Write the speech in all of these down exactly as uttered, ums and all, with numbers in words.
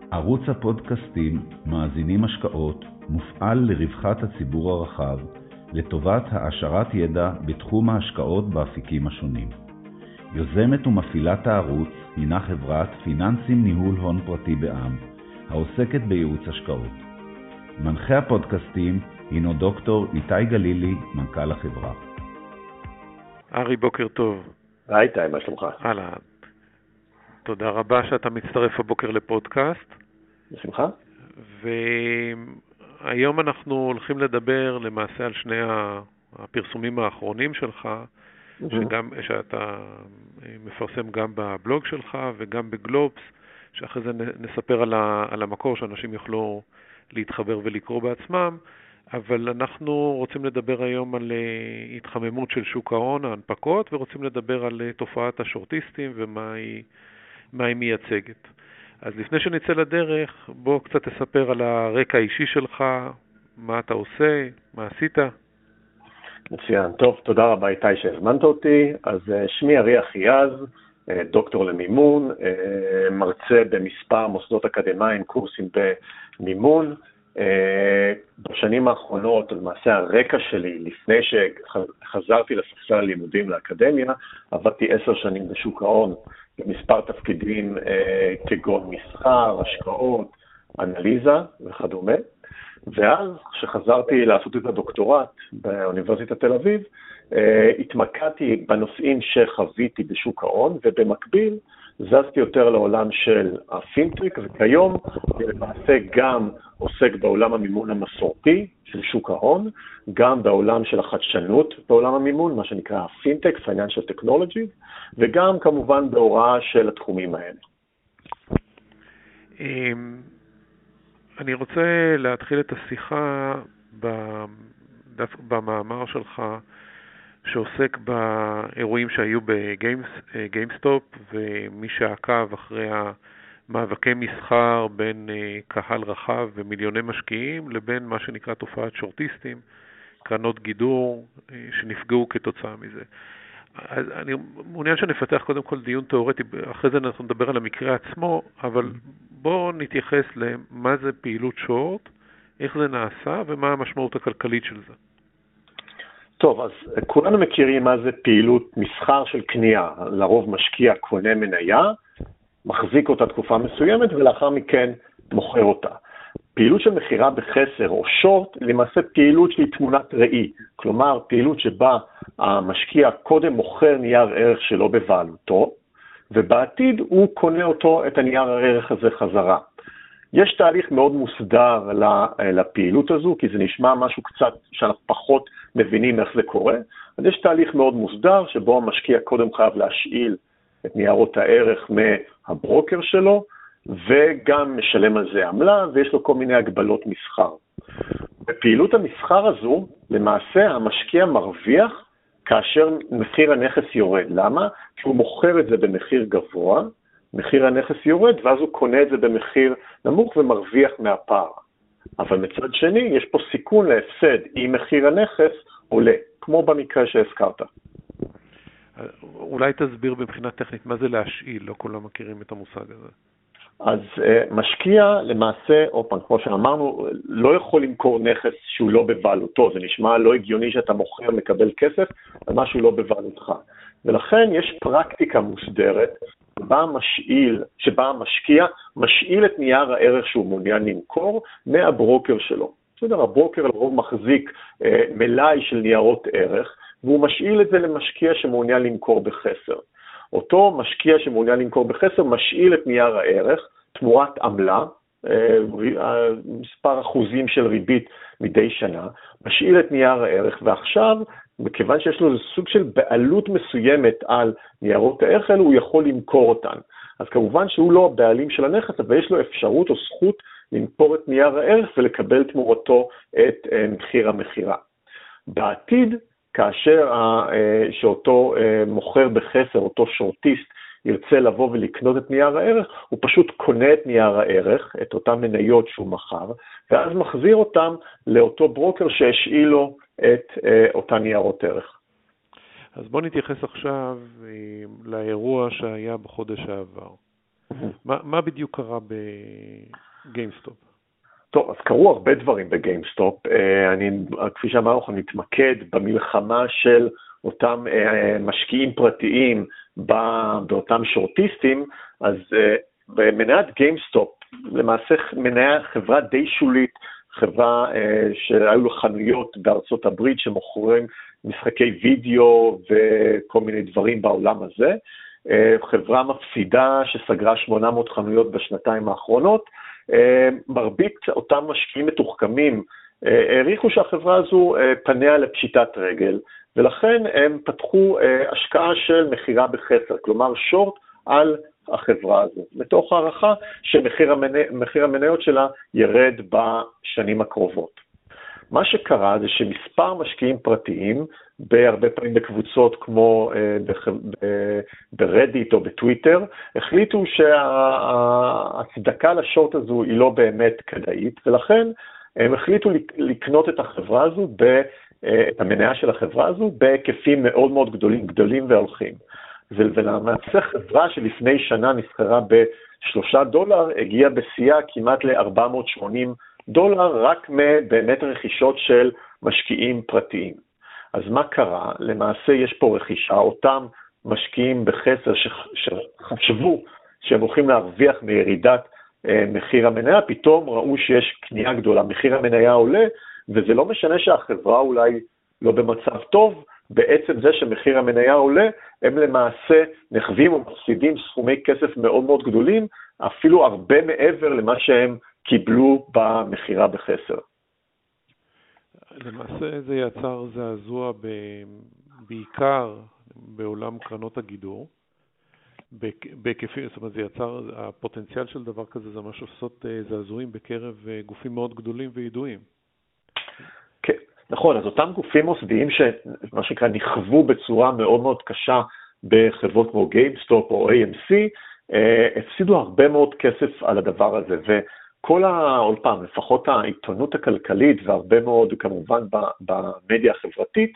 ערוץ הפודקאסטים מאזינים השקעות מופעל לרווחת הציבור הרחב, לטובת העשרת ידע בתחום ההשקעות באפיקים השונים. יוזמת ומפעילת הערוץ הינה חברת פיננסים ניהול הון פרטי בע"מ, העוסקת בייעוץ השקעות. מנחה הפודקאסטים הינו דוקטור איתי גלילי, מנכ"ל החברה. ארי, בוקר טוב. היי איתי, מה שלומך? אהלן. תודה רבה שאתה מצטרף הבוקר לפודקאסט. בשמחה. והיום אנחנו הולכים לדבר למעשה על שני הפרסומים האחרונים שלך, שגם, שאתה מפרסם גם בבלוג שלך וגם בגלובס, שאחרי זה נספר על, ה, על המקור שאנשים יוכלו להתחבר ולקרוא בעצמם, אבל אנחנו רוצים לדבר היום על התחממות של שוק ההון, ההנפקות, ורוצים לדבר על תופעת השורטיסטים ומה היא, מה היא מייצגת. אז לפני שנצא לדרך, בוא קצת תספר על הרקע האישי שלך, מה אתה עושה, מה עשית. מצוין, טוב, תודה רבה איתי שהזמנת אותי. אז שמי ארי אחייז, דוקטור למימון, מרצה במספר מוסדות אקדמיים, קורסים במימון. בשנים האחרונות, למעשה הרקע שלי, לפני שחזרתי לספסל הלימודים לאקדמיה, עבדתי עשר שנים בשוק ההון, במספר תפקידים כגון מסחר, השקעות, אנליזה וכדומה. ואז כשחזרתי לעשות את הדוקטורט באוניברסיטת תל אביב, התמקדתי בנושאים שחוויתי בשוק ההון, ובמקביל זזתי יותר לעולם של הפינטק, וכיום אני למעשה גם עוסק בעולם המימון המסורתי של שוק ההון, גם בעולם של החדשנות בעולם המימון, מה שנקרא הפינטק, Financial Technology, וגם כמובן בהוראה של התחומים האלה. אני רוצה להתחיל את השיחה במאמר שלך שעוסק באירועים שהיו בגיימסטופ, ומי שעקב אחרי המאבקי מסחר בין קהל רחב ומיליוני משקיעים לבין מה שנקרא תופעת שורטיסטים, קרנות גידור שנפגעו כתוצאה מזה. אז אני מעוניין שנפתח קודם כל דיון תיאורטי, אחרי זה אנחנו נדבר על המקרה עצמו, אבל בואו נתייחס למה זה פעילות שורט, איך זה נעשה ומה המשמעות הכלכלית של זה. טוב, אז כולנו מכירים מה זה פעילות מסחר של קנייה. לרוב משקיע קונה מניה, מחזיק אותה תקופה מסוימת ולאחר מכן מוכר אותה. פעילות של מחירה בחסר או שורט, למעשה פעילות שהיא תמונת ראי. כלומר, פעילות שבה המשקיע קודם מוכר נייר ערך שלא בבעלותו, ובעתיד הוא קונה אותו, את הנייר הערך הזה חזרה. יש תהליך מאוד מוסדר לפעילות הזו, כי זה נשמע משהו קצת שאנחנו פחות מבינים איך זה קורה. אז יש תהליך מאוד מוסדר, שבו המשקיע קודם חייב להשאיל את ניירות הערך מהברוקר שלו, וגם משלם על זה עמלה, ויש לו כל מיני הגבלות מסחר. בפעילות המסחר הזו, למעשה המשקיע מרוויח כאשר מחיר הנכס יורד. למה? כי הוא מוכר את זה במחיר גבוה, מחיר הנכס יורד, ואז הוא קונה את זה במחיר נמוך ומרוויח מהפער. אבל מצד שני, יש פה סיכון להפסד אם מחיר הנכס עולה, כמו במקרה שהזכרת. אולי תסביר מבחינה טכנית מה זה להשאיל, לא כולם מכירים את המושג הזה. אז uh, משקיע למעשה, או פעם, כמו שאמרנו, לא יכול למכור נכס שהוא לא בבעלותו. זה נשמע לא הגיוני שאתה מוכר מקבל כסף על משהו לא בבעלותך. ולכן יש פרקטיקה מוסדרת שבה המשאיל, שבה המשקיע משאיל את נייר הערך שהוא מעוניין למכור מהברוקר שלו. בסדר, הברוקר לרוב מחזיק uh, מלאי של ניירות ערך, והוא משאיל את זה למשקיע שמעוניין למכור בחסר. אותו משקיע שמעוניין למכור בחסר משאיל את נייר הערך תמורת עמלה, מספר אחוזים של ריבית מדי שנה, משאיל את נייר הערך, ועכשיו, מכיוון שיש לו סוג של בעלות מסוימת על ניירות הערך האלו, הוא יכול למכור אותן. אז כמובן שהוא לא הבעלים של הנכס, אבל יש לו אפשרות או זכות למכור את נייר הערך ולקבל תמורתו את מחיר המחירה. בעתיד, כאשר שאותו מוכר בחסר, אותו שורטיסט, ירצה לבוא ולקנות את נייר הערך, הוא פשוט קונה את נייר הערך, את אותן מניות שהוא מכר, ואז מחזיר אותם לאותו ברוקר שהשאיל לו את אותן ניירות ערך. אז בוא נתייחס עכשיו לאירוע שהיה בחודש העבר. מה, מה בדיוק קרה בגיימסטופ? טוב, אז קרו הרבה דברים בגיימסטופ. אני, כפי שאמרנו, נתמקד במלחמה של אותם משקיעים פרטיים באותם שורטיסטים. אז במניית גיימסטופ, למעשה מניה חברה די שולית, חברה שהיו לו חנויות בארצות הברית שמוכרים משחקי וידאו וכל מיני דברים בעולם הזה. חברה מפסידה שסגרה שמונה מאות חנויות בשנתיים האחרונות. מרבית אותם משקיעים מתוחכמים העריכו שהחברה הזו פניה לפשיטת רגל, ולכן הם פתחו השקעה של מחירה בחסר, כלומר שורט על החברה הזו, מתוך הערכה שמחיר המני, מחיר המניות שלה ירד בשנים הקרובות. מה שקרה זה שמספר משקיעים פרטיים, בהרבה פעמים בקבוצות כמו ברדיט או בטוויטר, החליטו שההצדקה לשורט הזו היא לא באמת כדאית, ולכן הם החליטו לקנות את החברה הזו, את המניה של החברה הזו, בהיקפים מאוד מאוד גדולים, גדולים והולכים. ולמעשה חברה שלפני שנה נסחרה בשלושה דולר, הגיעה בשיאה כמעט ל-ארבע מאות ושמונים דולר, רק מבאמת רכישות של משקיעים פרטיים. אז מה קרה? למעשה יש פה רכישה, אותם משקיעים בחסר שחשבו שהם הולכים להרוויח מירידת מחיר המניה, פתאום ראו שיש קנייה גדולה, מחיר המניה עולה, וזה לא משנה שהחברה אולי לא במצב טוב, בעצם זה שמחיר המניה עולה, הם למעשה נחווים ומפסידים סכומי כסף מאוד מאוד גדולים, אפילו הרבה מעבר למה שהם קיבלו במחירה בחסר. למעשה זה יצר זעזוע ב... בעיקר בעולם קרנות הגידור, בהיקפים, זאת אומרת זה יצר, הפוטנציאל של דבר כזה זה ממש לעשות זעזועים בקרב גופים מאוד גדולים וידועים. כן, נכון, אז אותם גופים מוסדיים שמה שנקרא נכוו בצורה מאוד מאוד קשה בחברות כמו גיימסטופ או איי אם סי, הפסידו הרבה מאוד כסף על הדבר הזה, וכל ה... עוד פעם, לפחות העיתונות הכלכלית והרבה מאוד כמובן במדיה החברתית,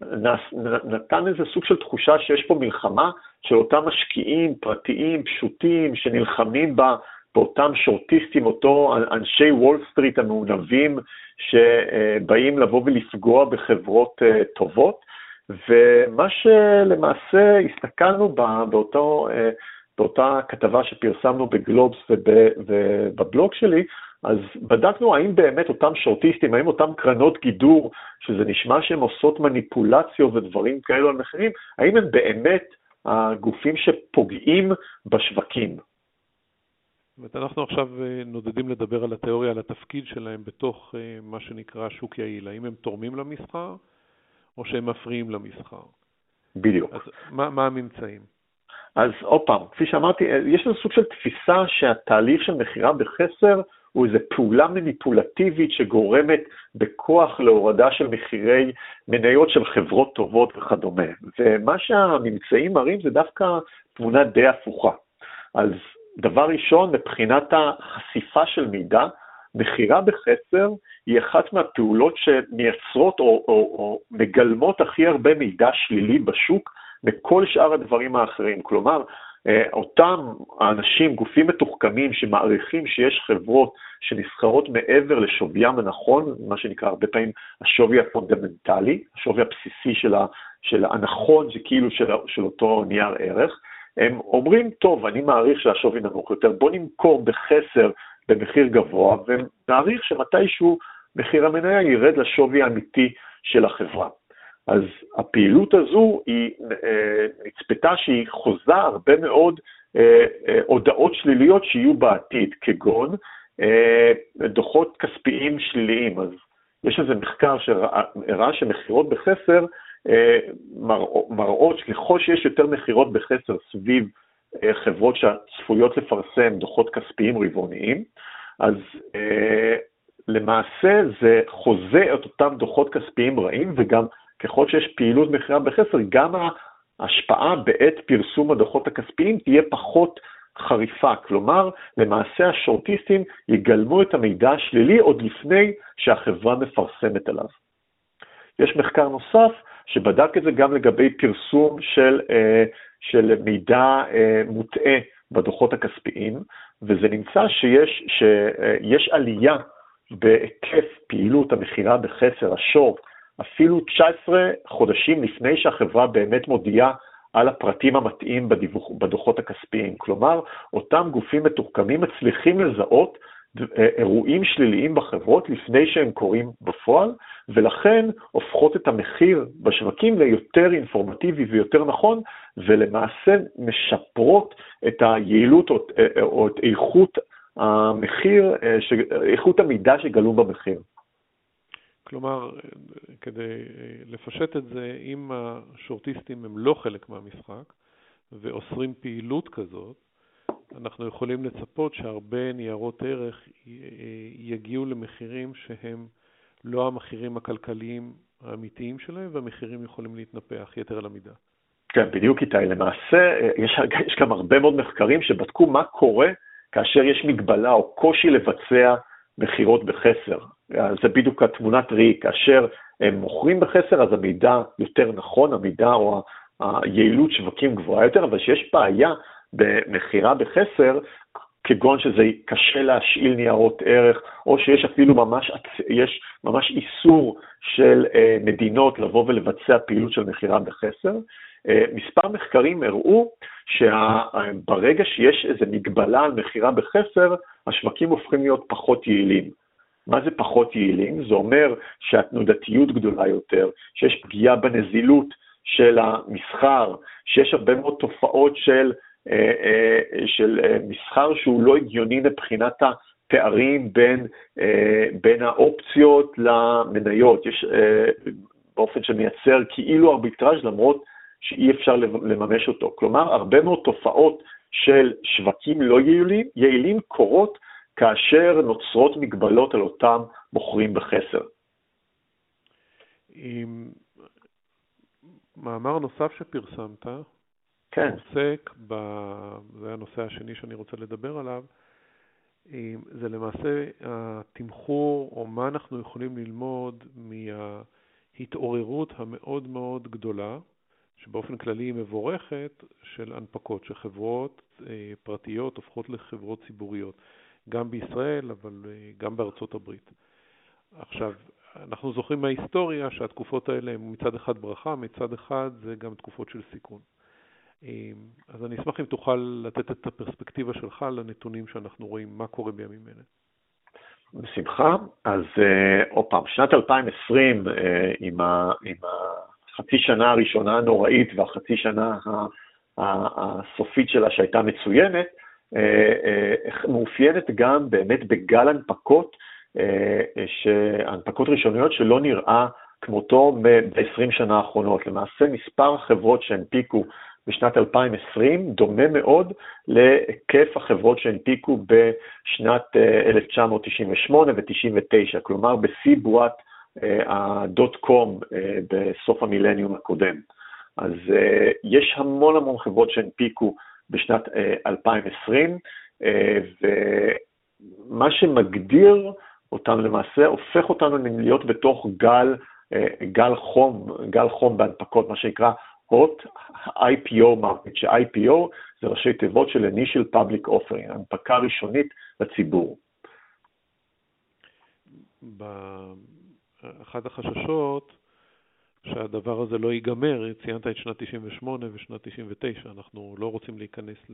נתן איזה סוג של תחושה שיש פה מלחמה של אותם משקיעים פרטיים פשוטים שנלחמים בה, באותם שורטיסטים, אותו אנשי וול סטריט המעונבים שבאים לבוא ולפגוע בחברות טובות, ומה שלמעשה הסתכלנו באותו, באותה כתבה שפרסמנו בגלובס ובבלוג שלי, אז בדקנו האם באמת אותם שורטיסטים, האם אותם קרנות גידור, שזה נשמע שהם עושות מניפולציות ודברים כאלו על מחירים, האם הם באמת הגופים שפוגעים בשווקים. אנחנו עכשיו נודדים לדבר על התיאוריה, על התפקיד שלהם בתוך מה שנקרא שוק יעיל. האם הם תורמים למסחר או שהם מפריעים למסחר? בדיוק. אז מה, מה הממצאים? אז עוד פעם, כפי שאמרתי, יש איזה סוג של תפיסה שהתהליך של מחירה בחסר הוא איזו פעולה מניפולטיבית שגורמת בכוח להורדה של מחירי מניות של חברות טובות וכדומה. ומה שהממצאים מראים זה דווקא תמונה די הפוכה. אז דבר ראשון, מבחינת החשיפה של מידע, מחירה בחסר היא אחת מהפעולות שמייצרות או, או, או מגלמות הכי הרבה מידע שלילי בשוק מכל שאר הדברים האחרים. כלומר, אותם האנשים, גופים מתוחכמים שמעריכים שיש חברות שנסחרות מעבר לשוויים הנכון, מה שנקרא הרבה פעמים השווי הפונדמנטלי, השווי הבסיסי של, ה, של הנכון, זה כאילו של, של אותו נייר ערך, הם אומרים, טוב, אני מעריך שהשווי נמוך יותר, בוא נמכור בחסר במחיר גבוה, ונעריך שמתישהו מחיר המניה ירד לשווי האמיתי של החברה. אז הפעילות הזו היא נצפתה שהיא חוזה הרבה מאוד הודעות שליליות שיהיו בעתיד, כגון דוחות כספיים שליליים. אז יש איזה מחקר שהראה שמחירות בחסר מראות שככל שיש יותר מחירות בחסר סביב חברות שצפויות לפרסם דוחות כספיים רבעוניים, אז למעשה זה חוזה את אותם דוחות כספיים רעים, וגם ככל שיש פעילות מחירה בחסר, גם ההשפעה בעת פרסום הדוחות הכספיים תהיה פחות חריפה. כלומר, למעשה השורטיסטים יגלמו את המידע השלילי עוד לפני שהחברה מפרסמת עליו. יש מחקר נוסף שבדק את זה גם לגבי פרסום של, של מידע מוטעה בדוחות הכספיים, וזה נמצא שיש, שיש עלייה בהיקף פעילות המחירה בחסר השור, אפילו תשע עשרה חודשים לפני שהחברה באמת מודיעה על הפרטים המתאים בדיווח, בדוחות הכספיים. כלומר, אותם גופים מתוחכמים מצליחים לזהות אירועים שליליים בחברות לפני שהם קורים בפועל, ולכן הופכות את המחיר בשווקים ליותר אינפורמטיבי ויותר נכון, ולמעשה משפרות את היעילות או, או את איכות המחיר, איכות המידע שגלום במחיר. כלומר, כדי לפשט את זה, אם השורטיסטים הם לא חלק מהמשחק ואוסרים פעילות כזאת, אנחנו יכולים לצפות שהרבה ניירות ערך יגיעו למחירים שהם לא המחירים הכלכליים האמיתיים שלהם, והמחירים יכולים להתנפח יתר על המידה. כן, בדיוק איתי. למעשה, יש, יש גם הרבה מאוד מחקרים שבדקו מה קורה כאשר יש מגבלה או קושי לבצע מחירות בחסר. זה בדיוק התמונת ראי. כאשר הם מוכרים בחסר, אז המידע יותר נכון, המידע או היעילות שווקים גבוהה יותר, אבל שיש בעיה במחירה בחסר, כגון שזה קשה להשאיל ניירות ערך, או שיש אפילו ממש, יש ממש איסור של מדינות לבוא ולבצע פעילות של מחירה בחסר. מספר מחקרים הראו שברגע שיש איזו מגבלה על מחירה בחסר, השווקים הופכים להיות פחות יעילים. מה זה פחות יעילים? זה אומר שהתנודתיות גדולה יותר, שיש פגיעה בנזילות של המסחר, שיש הרבה מאוד תופעות של של מסחר שהוא לא הגיוני מבחינת הפערים בין, בין האופציות למניות. יש באופן שמייצר כאילו ארביטראז' למרות שאי אפשר לממש אותו. כלומר, הרבה מאוד תופעות של שווקים לא יעילים, יעילים קורות כאשר נוצרות מגבלות על אותם מוכרים בחסר. עם מאמר נוסף שפרסמת, כן. עוסק, ב... זה הנושא השני שאני רוצה לדבר עליו, זה למעשה התמחור, או מה אנחנו יכולים ללמוד מההתעוררות המאוד מאוד גדולה, שבאופן כללי היא מבורכת, של הנפקות, שחברות פרטיות הופכות לחברות ציבוריות, גם בישראל, אבל גם בארצות הברית. עכשיו, אנחנו זוכרים מההיסטוריה שהתקופות האלה הן מצד אחד ברכה, מצד אחד זה גם תקופות של סיכון. אז אני אשמח אם תוכל לתת את הפרספקטיבה שלך לנתונים שאנחנו רואים, מה קורה בימים אלה. בשמחה. אז עוד פעם, שנת אלפיים ועשרים, עם, ה, עם החצי שנה הראשונה הנוראית והחצי שנה הסופית שלה שהייתה מצוינת, מאופיינת גם באמת בגל הנפקות, הנפקות ראשוניות שלא נראה כמותו ב-עשרים שנה האחרונות. למעשה מספר החברות שהנפיקו בשנת אלפיים ועשרים דומה מאוד להיקף החברות שהנפיקו בשנת אלף תשע מאות תשעים ושמונה ו-תשעים ותשע, כלומר בשיא בועת הדוט קום בסוף המילניום הקודם. אז יש המון המון חברות שהנפיקו בשנת אלפיים ועשרים, ומה שמגדיר אותם למעשה הופך אותנו להיות בתוך גל, גל חום, גל חום בהנפקות, מה שנקרא hot איי פי או market, ש-איי פי או זה ראשי תיבות של Initial Public Offering, הנפקה ראשונית לציבור. באחד החששות שהדבר הזה לא ייגמר, ציינת את שנת תשעים ושמונה ושנת תשעים ותשע, אנחנו לא רוצים להיכנס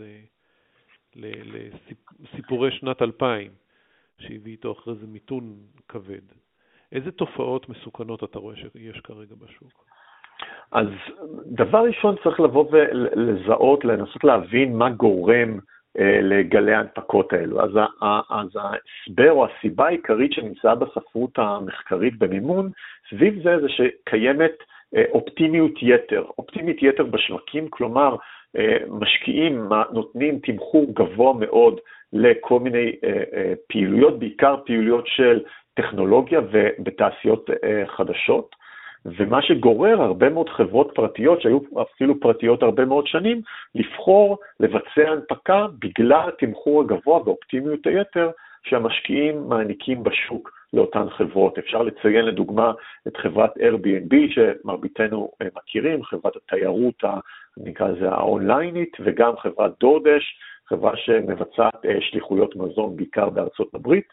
לסיפורי שנת אלפיים, שהביא איתו אחרי זה מיתון כבד. איזה תופעות מסוכנות אתה רואה שיש כרגע בשוק? אז דבר ראשון צריך לבוא ולזהות, לנסות להבין מה גורם אה, לגלי ההנפקות האלו. אז, אז ההסבר או הסיבה העיקרית שנמצאה בספרות המחקרית במימון, סביב זה זה שקיימת אה, אופטימיות יתר, אופטימיות יתר בשווקים, כלומר אה, משקיעים נותנים תמחור גבוה מאוד לכל מיני אה, אה, פעילויות, בעיקר פעילויות של טכנולוגיה ובתעשיות אה, חדשות, ומה שגורר הרבה מאוד חברות פרטיות, שהיו אפילו פרטיות הרבה מאוד שנים, לבחור לבצע הנפקה בגלל התמחור הגבוה ואופטימיות היתר שהמשקיעים מעניקים בשוק לאותן חברות. אפשר לציין לדוגמה את חברת Airbnb שמרביתנו מכירים, חברת התיירות, נקרא לזה האונליינית, וגם חברת דורדש, חברה שמבצעת שליחויות מזון בעיקר בארצות הברית,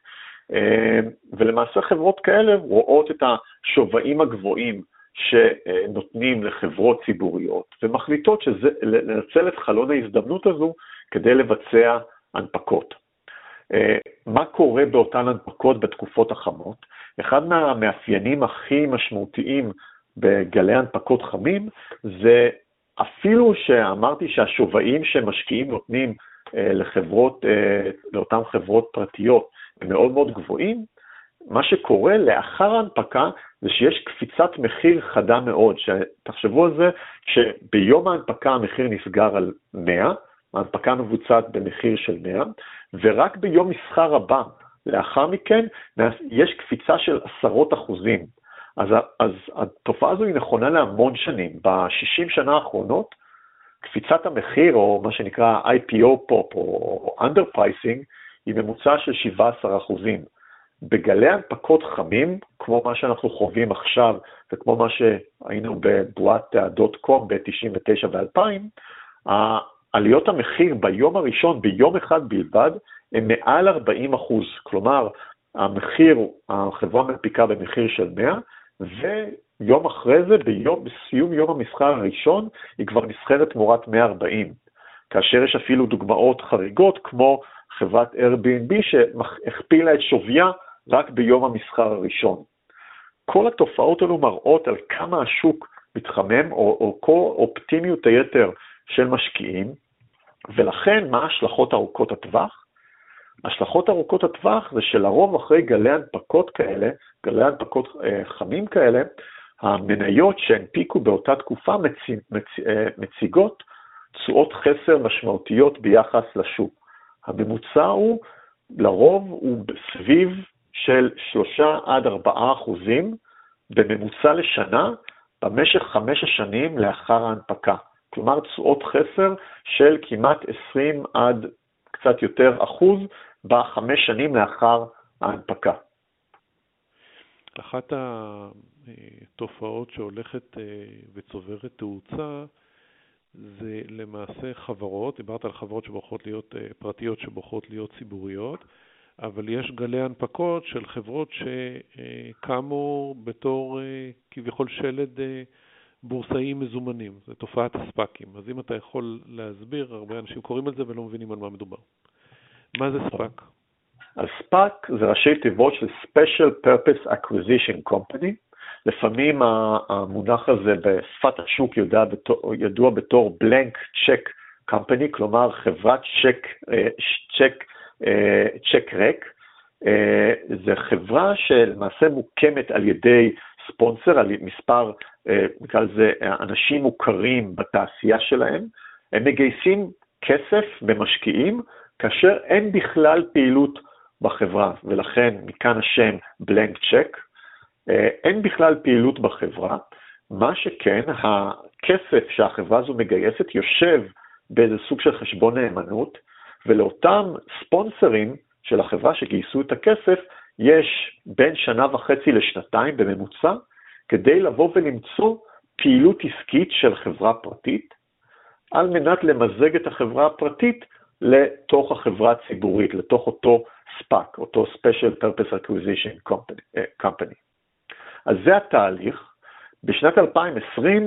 ולמעשה חברות כאלה רואות את השווים הגבוהים שנותנים לחברות ציבוריות, ומחליטות שזה, לנצל את חלון ההזדמנות הזו כדי לבצע הנפקות. מה קורה באותן הנפקות בתקופות החמות? אחד מהמאפיינים הכי משמעותיים בגלי הנפקות חמים, זה אפילו שאמרתי שהשווים שמשקיעים נותנים לחברות, לאותן חברות פרטיות, הם מאוד מאוד גבוהים, מה שקורה לאחר ההנפקה זה שיש קפיצת מחיר חדה מאוד, שתחשבו על זה שביום ההנפקה המחיר נסגר על מאה, ההנפקה מבוצעת במחיר של מאה, ורק ביום מסחר הבא, לאחר מכן, יש קפיצה של עשרות אחוזים. אז, אז התופעה הזו היא נכונה להמון שנים. ב-שישים שנה האחרונות, קפיצת המחיר, או מה שנקרא איי פי או פופ, או underpricing, היא ממוצע של שבעה עשר אחוזים. בגלי הנפקות חמים, כמו מה שאנחנו חווים עכשיו, וכמו מה שהיינו בבועת הדוט קום ב-תשעים ותשע ו-אלפיים, עליות המחיר ביום הראשון, ביום אחד בלבד, הם מעל ארבעים אחוז. כלומר, המחיר, החברה מנפיקה במחיר של מאה, ויום אחרי זה, ביום, בסיום יום המסחר הראשון, היא כבר נסחרת תמורת מאה וארבעים. כאשר יש אפילו דוגמאות חריגות, כמו חברת Airbnb שהכפילה את שוויה רק ביום המסחר הראשון. כל התופעות האלו מראות על כמה השוק מתחמם, או, או כל אופטימיות היתר של משקיעים, ולכן מה ההשלכות ארוכות הטווח? השלכות ארוכות הטווח זה שלרוב אחרי גלי הנפקות כאלה, גלי הנפקות אה, חמים כאלה, המניות שהנפיקו באותה תקופה מצי, מצ, אה, מציגות תשואות חסר משמעותיות ביחס לשוק. הממוצע הוא, לרוב הוא סביב של שלושה עד ארבעה אחוזים בממוצע לשנה במשך חמש השנים לאחר ההנפקה. כלומר, תשואות חסר של כמעט עשרים עד קצת יותר אחוז בחמש שנים לאחר ההנפקה. אחת התופעות שהולכת וצוברת תאוצה, זה למעשה חברות, דיברת על חברות שבוחרות להיות פרטיות, שבוחרות להיות ציבוריות, אבל יש גלי הנפקות של חברות שקמו בתור כביכול שלד בורסאיים מזומנים. זה תופעת הספאקים. אז אם אתה יכול להסביר, הרבה אנשים קוראים על זה ולא מבינים על מה מדובר. מה זה ספאק? אז ספאק זה ראשי תיבות של Special Purpose Acquisition Company. לפעמים המונח הזה בשפת השוק ידוע בתור, ידוע בתור Blank Check Company, כלומר חברת צ'ק, צ'ק, צ'ק ריק. זה חברה שלמעשה מוקמת על ידי ספונסר, על מספר, נקרא לזה, אנשים מוכרים בתעשייה שלהם. הם מגייסים כסף במשקיעים, כאשר אין בכלל פעילות בחברה, ולכן מכאן השם Blank Check. אין בכלל פעילות בחברה, מה שכן, הכסף שהחברה הזו מגייסת יושב באיזה סוג של חשבון נאמנות, ולאותם ספונסרים של החברה שגייסו את הכסף, יש בין שנה וחצי לשנתיים בממוצע, כדי לבוא ולמצוא פעילות עסקית של חברה פרטית, על מנת למזג את החברה הפרטית לתוך החברה הציבורית, לתוך אותו ספאק, אותו Special Purpose Acquisition Company. אז זה התהליך. בשנת אלפיים ועשרים,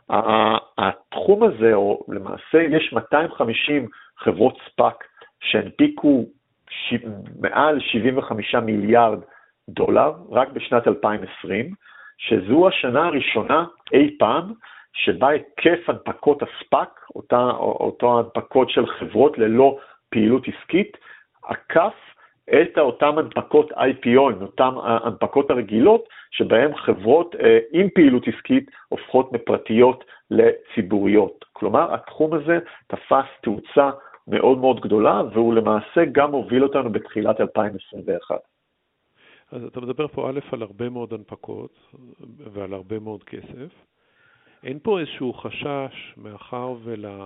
התחום הזה, או למעשה יש מאתיים וחמישים חברות ספאק שהנפיקו ש... מעל שבעים וחמישה מיליארד דולר, רק בשנת אלפיים ועשרים, שזו השנה הראשונה אי פעם, שבה היקף הנפקות הספאק, אותה, אותו הנפקות של חברות ללא פעילות עסקית, עקף את אותם הנפקות איי פי או, אותם הנפקות הרגילות, שבהם חברות אה, עם פעילות עסקית הופכות מפרטיות לציבוריות. כלומר, התחום הזה תפס תאוצה מאוד מאוד גדולה, והוא למעשה גם הוביל אותנו בתחילת אלפיים עשרים ואחת. אז אתה מדבר פה א' על הרבה מאוד הנפקות, ועל הרבה מאוד כסף. אין פה איזשהו חשש מאחר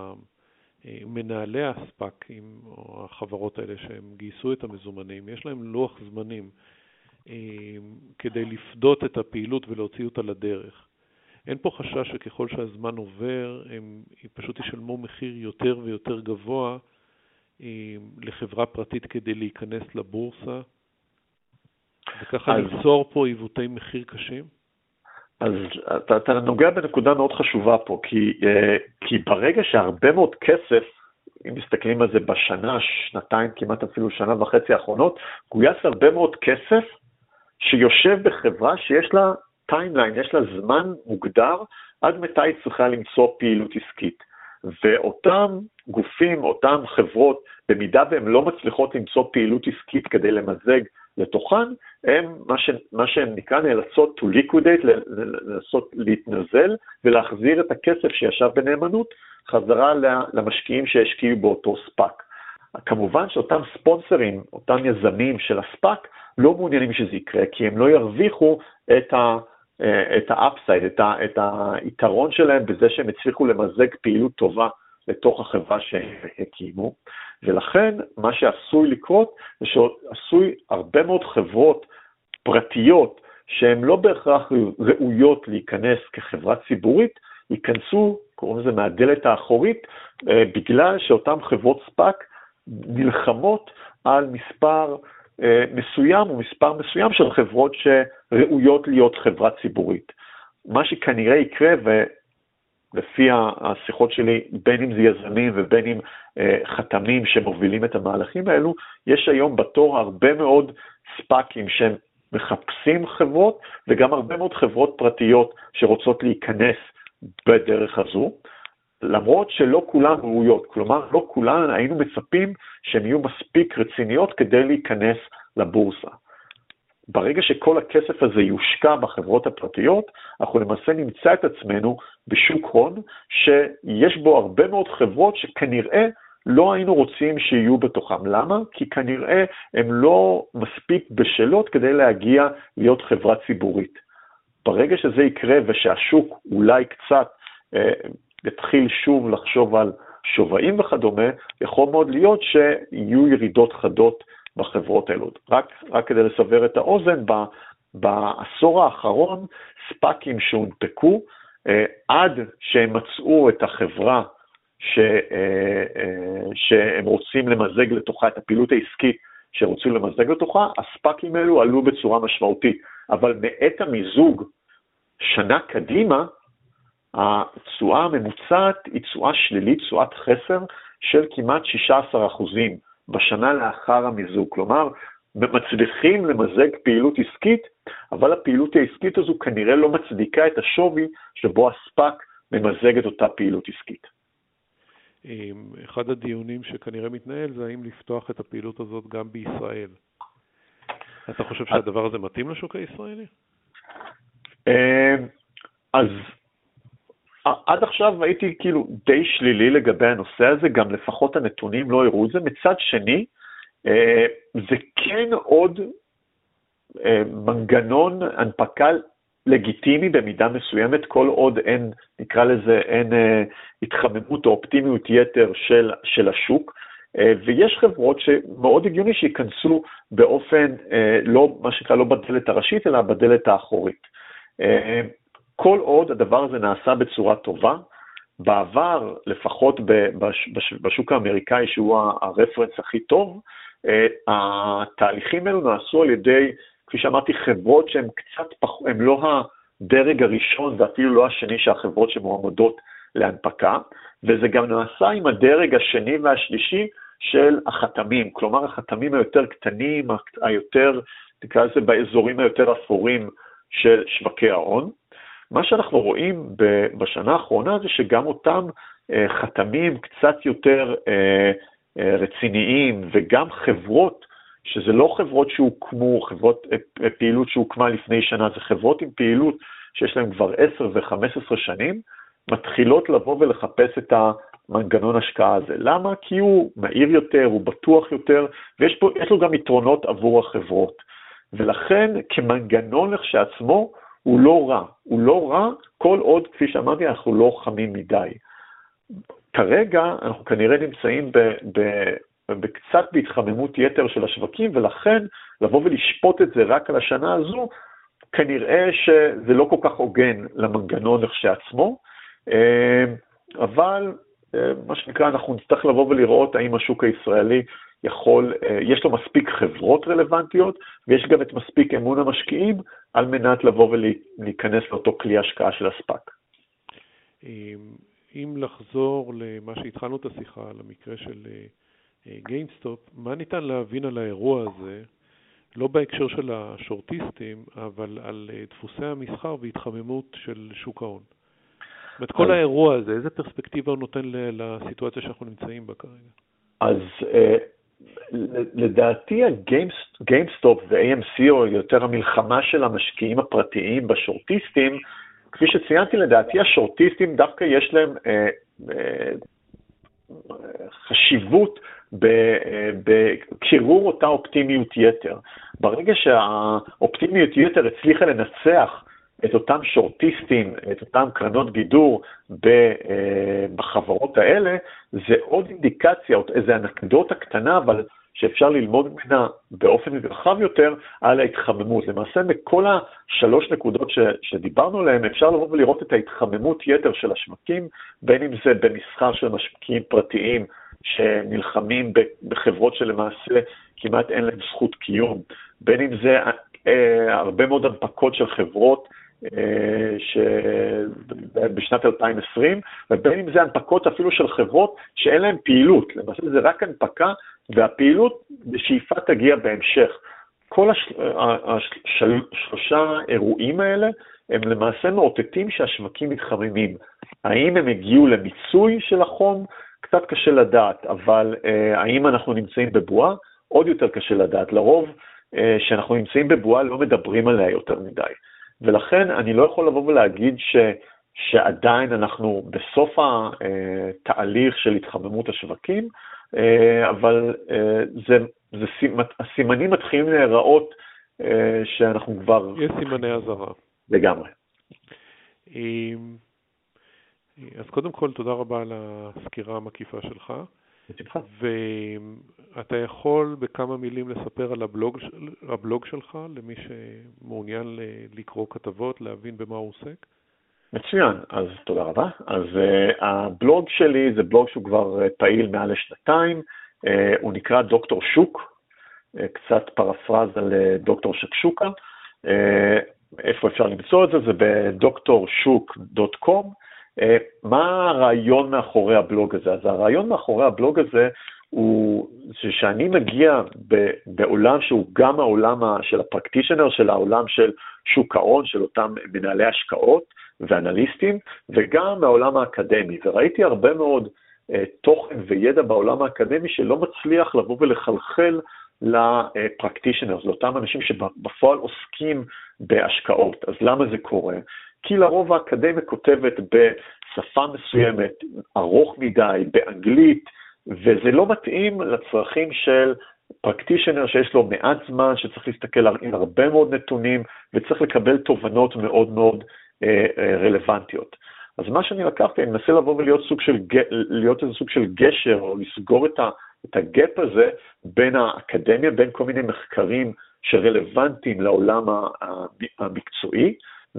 ולמנהלי הספאקים, או החברות האלה שהם גייסו את המזומנים, יש להם לוח זמנים כדי לפדות את הפעילות ולהוציא אותה לדרך. אין פה חשש שככל שהזמן עובר, הם פשוט ישלמו מחיר יותר ויותר גבוה לחברה פרטית כדי להיכנס לבורסה, וככה ליצור פה עיוותי מחיר קשים? אז אתה, אתה נוגע בנקודה מאוד חשובה פה, כי, כי ברגע שהרבה מאוד כסף, אם מסתכלים על זה בשנה, שנתיים, כמעט אפילו שנה וחצי האחרונות, גויס הרבה מאוד כסף שיושב בחברה שיש לה טיימליין, יש לה זמן מוגדר, עד מתי היא צריכה למצוא פעילות עסקית. ואותם גופים, אותם חברות, במידה והן לא מצליחות למצוא פעילות עסקית כדי למזג לתוכן, הם, מה, ש, מה שהן נקרא, נאלצות to liquidate, לנסות להתנזל, ולהחזיר את הכסף שישב בנאמנות, חזרה למשקיעים שהשקיעו באותו ספק. כמובן שאותם ספונסרים, אותם יזמים של הספק, לא מעוניינים שזה יקרה, כי הם לא ירוויחו את ה... את האפסייד, את, ה, את היתרון שלהם בזה שהם הצליחו למזג פעילות טובה לתוך החברה שהם הקימו, ולכן מה שעשוי לקרות זה שעשוי הרבה מאוד חברות פרטיות שהן לא בהכרח ראויות להיכנס כחברה ציבורית, ייכנסו, קוראים לזה מהדלת האחורית, בגלל שאותן חברות ספק נלחמות על מספר מסוים או מספר מסוים של חברות שראויות להיות חברה ציבורית. מה שכנראה יקרה, ולפי השיחות שלי, בין אם זה יזמים ובין אם חתמים שמובילים את המהלכים האלו, יש היום בתור הרבה מאוד ספקים שהם מחפשים חברות, וגם הרבה מאוד חברות פרטיות שרוצות להיכנס בדרך הזו, למרות שלא כולן ראויות, כלומר לא כולן היינו מצפים שהן יהיו מספיק רציניות כדי להיכנס לבורסה. ברגע שכל הכסף הזה יושקע בחברות הפרטיות, אנחנו למעשה נמצא את עצמנו בשוק הון שיש בו הרבה מאוד חברות שכנראה לא היינו רוצים שיהיו בתוכם. למה? כי כנראה הן לא מספיק בשלות כדי להגיע להיות חברה ציבורית. ברגע שזה יקרה ושהשוק אולי קצת אה, יתחיל שוב לחשוב על שווים וכדומה, יכול מאוד להיות שיהיו ירידות חדות בחברות האלו. רק, רק כדי לסבר את האוזן, ב, בעשור האחרון, ספקים שהונפקו, אה, עד שהם מצאו את החברה ש, אה, אה, שהם רוצים למזג לתוכה, את הפעילות העסקית שרוצים למזג לתוכה, הספקים האלו עלו בצורה משמעותית. אבל מעת המיזוג, שנה קדימה, התשואה הממוצעת היא תשואה שלילית, תשואת חסר של כמעט שישה עשר אחוזים בשנה לאחר המיזוג. כלומר, מצליחים למזג פעילות עסקית, אבל הפעילות העסקית הזו כנראה לא מצדיקה את השווי שבו הספק ממזג את אותה פעילות עסקית. אחד הדיונים שכנראה מתנהל זה האם לפתוח את הפעילות הזאת גם בישראל. אתה חושב שהדבר הזה מתאים לשוק הישראלי? אז עד עכשיו הייתי כאילו די שלילי לגבי הנושא הזה, גם לפחות הנתונים לא הראו את זה. מצד שני, זה כן עוד מנגנון הנפקה לגיטימי במידה מסוימת, כל עוד אין, נקרא לזה, אין התחממות או אופטימיות יתר של, של השוק, ויש חברות שמאוד הגיוני שיכנסו באופן, לא, מה שנקרא, לא בדלת הראשית, אלא בדלת האחורית. כל עוד הדבר הזה נעשה בצורה טובה, בעבר, לפחות בשוק האמריקאי, שהוא הרפרנס הכי טוב, התהליכים האלו נעשו על ידי, כפי שאמרתי, חברות שהן קצת פחות, הן לא הדרג הראשון ואפילו לא השני שהחברות שמועמדות להנפקה, וזה גם נעשה עם הדרג השני והשלישי של החתמים, כלומר החתמים היותר קטנים, היותר, תקרא לזה באזורים היותר אפורים של שווקי ההון. מה שאנחנו רואים בשנה האחרונה זה שגם אותם חתמים קצת יותר רציניים, וגם חברות, שזה לא חברות שהוקמו, חברות פעילות שהוקמה לפני שנה, זה חברות עם פעילות שיש להם כבר עשר וחמש עשרה שנים, מתחילות לבוא ולחפש את המנגנון השקעה הזה. למה? כי הוא מהיר יותר, הוא בטוח יותר, ויש פה, יש לו גם יתרונות עבור החברות. ולכן כמנגנון לכשעצמו, הוא לא רע. הוא לא רע כל עוד, כפי שאמרתי, אנחנו לא חמים מדי. כרגע אנחנו כנראה נמצאים ב, ב, בקצת בהתחממות יתר של השווקים, ולכן לבוא ולשפוט את זה רק על השנה הזו, כנראה שזה לא כל כך הוגן למנגנון לכשעצמו, אבל מה שנקרא, אנחנו נצטרך לבוא ולראות האם השוק הישראלי יכול, יש לו מספיק חברות רלוונטיות, ויש גם את מספיק אמון המשקיעים, על מנת לבוא ולהיכנס לאותו כלי השקעה של הספק. אם לחזור למה שהתחלנו את השיחה, למקרה של גיימסטופ, מה ניתן להבין על האירוע הזה, לא בהקשר של השורטיסטים, אבל על דפוסי המסחר והתחממות של שוק ההון? זאת אומרת, כל האירוע הזה, איזה פרספקטיבה הוא נותן לסיטואציה שאנחנו נמצאים בה כרגע? אז לדעתי הגיימסטופ ו-איי אם סי, או יותר המלחמה של המשקיעים הפרטיים בשורטיסטים, כפי שציינתי, לדעתי השורטיסטים דווקא יש להם אה, אה, חשיבות בקירור אותה אופטימיות יתר. ברגע שהאופטימיות יתר הצליחה לנצח את אותם שורטיסטים, את אותם קרנות גידור בחברות האלה, זה עוד אינדיקציה, איזו אנקדוטה קטנה, אבל שאפשר ללמוד ממנה באופן רחב יותר על ההתחממות. למעשה, מכל השלוש נקודות ש, שדיברנו עליהן, אפשר לבוא ולראות את ההתחממות יתר של השווקים, בין אם זה במסחר של משקיעים פרטיים שנלחמים בחברות שלמעשה כמעט אין להם זכות קיום, בין אם זה אה, הרבה מאוד הנפקות של חברות אה, שבשנת אלפיים עשרים, ובין אם זה הנפקות אפילו של חברות שאין להם פעילות, למעשה זה רק הנפקה, והפעילות בשאיפה תגיע בהמשך. כל השלושה אירועים האלה הם למעשה מאותתים שהשווקים מתחממים. האם הם הגיעו למיצוי של החום? קצת קשה לדעת, אבל אה, האם אנחנו נמצאים בבועה? עוד יותר קשה לדעת. לרוב אה, שאנחנו נמצאים בבועה לא מדברים עליה יותר מדי. ולכן אני לא יכול לבוא ולהגיד ש, שעדיין אנחנו בסוף התהליך של התחממות השווקים, אבל זה, זה, הסימנים מתחילים להיראות שאנחנו כבר... יש סימני אזהרה. לגמרי. אז קודם כל, תודה רבה על הסקירה המקיפה שלך. בשמחה. ואתה יכול בכמה מילים לספר על הבלוג, הבלוג שלך, למי שמעוניין לקרוא כתבות, להבין במה הוא עוסק? מצוין, אז תודה רבה. אז uh, הבלוג שלי זה בלוג שהוא כבר uh, פעיל מעל לשנתיים, uh, הוא נקרא דוקטור שוק, uh, קצת פרפרז על uh, דוקטור שקשוקה. Uh, איפה אפשר למצוא את זה? זה ב-דוקטור שוק דוט קום. Uh, מה הרעיון מאחורי הבלוג הזה? אז הרעיון מאחורי הבלוג הזה הוא שאני מגיע ב- בעולם שהוא גם העולם של הפרקטישנר, של העולם של שוק ההון, של אותם מנהלי השקעות ואנליסטים, וגם מהעולם האקדמי. וראיתי הרבה מאוד uh, תוכן וידע בעולם האקדמי שלא מצליח לבוא ולחלחל לפרקטישנרס, לאותם אנשים שבפועל עוסקים בהשקעות. אז למה זה קורה? כי לרוב האקדמיה כותבת בשפה מסוימת, ארוך מדי, באנגלית, וזה לא מתאים לצרכים של פרקטישנר שיש לו מעט זמן, שצריך להסתכל עם הרבה מאוד נתונים, וצריך לקבל תובנות מאוד מאוד אה, אה, רלוונטיות. אז מה שאני לקחתי, אני מנסה לבוא ולהיות סוג של, להיות איזה סוג של גשר, או לסגור את, ה, את הגאפ הזה בין האקדמיה, בין כל מיני מחקרים שרלוונטיים לעולם המקצועי,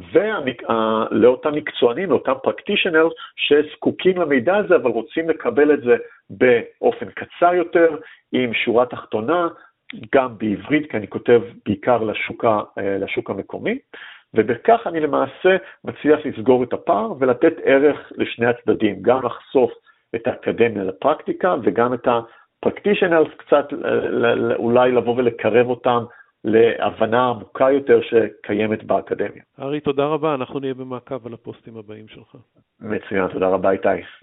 ולאותם מקצוענים, לאותם פרקטישנרס שזקוקים למידע הזה, אבל רוצים לקבל את זה באופן קצר יותר, עם שורה תחתונה, גם בעברית, כי אני כותב בעיקר לשוק, לשוק המקומי, ובכך אני למעשה מצליח לסגור את הפער ולתת ערך לשני הצדדים, גם לחשוף את האקדמיה לפרקטיקה, וגם את הפרקטישנרס קצת אולי לבוא ולקרב אותם להבנה עמוקה יותר שקיימת באקדמיה. ארי, תודה רבה, אנחנו נהיה במעקב על הפוסטים הבאים שלך. מצוין, תודה רבה איתי.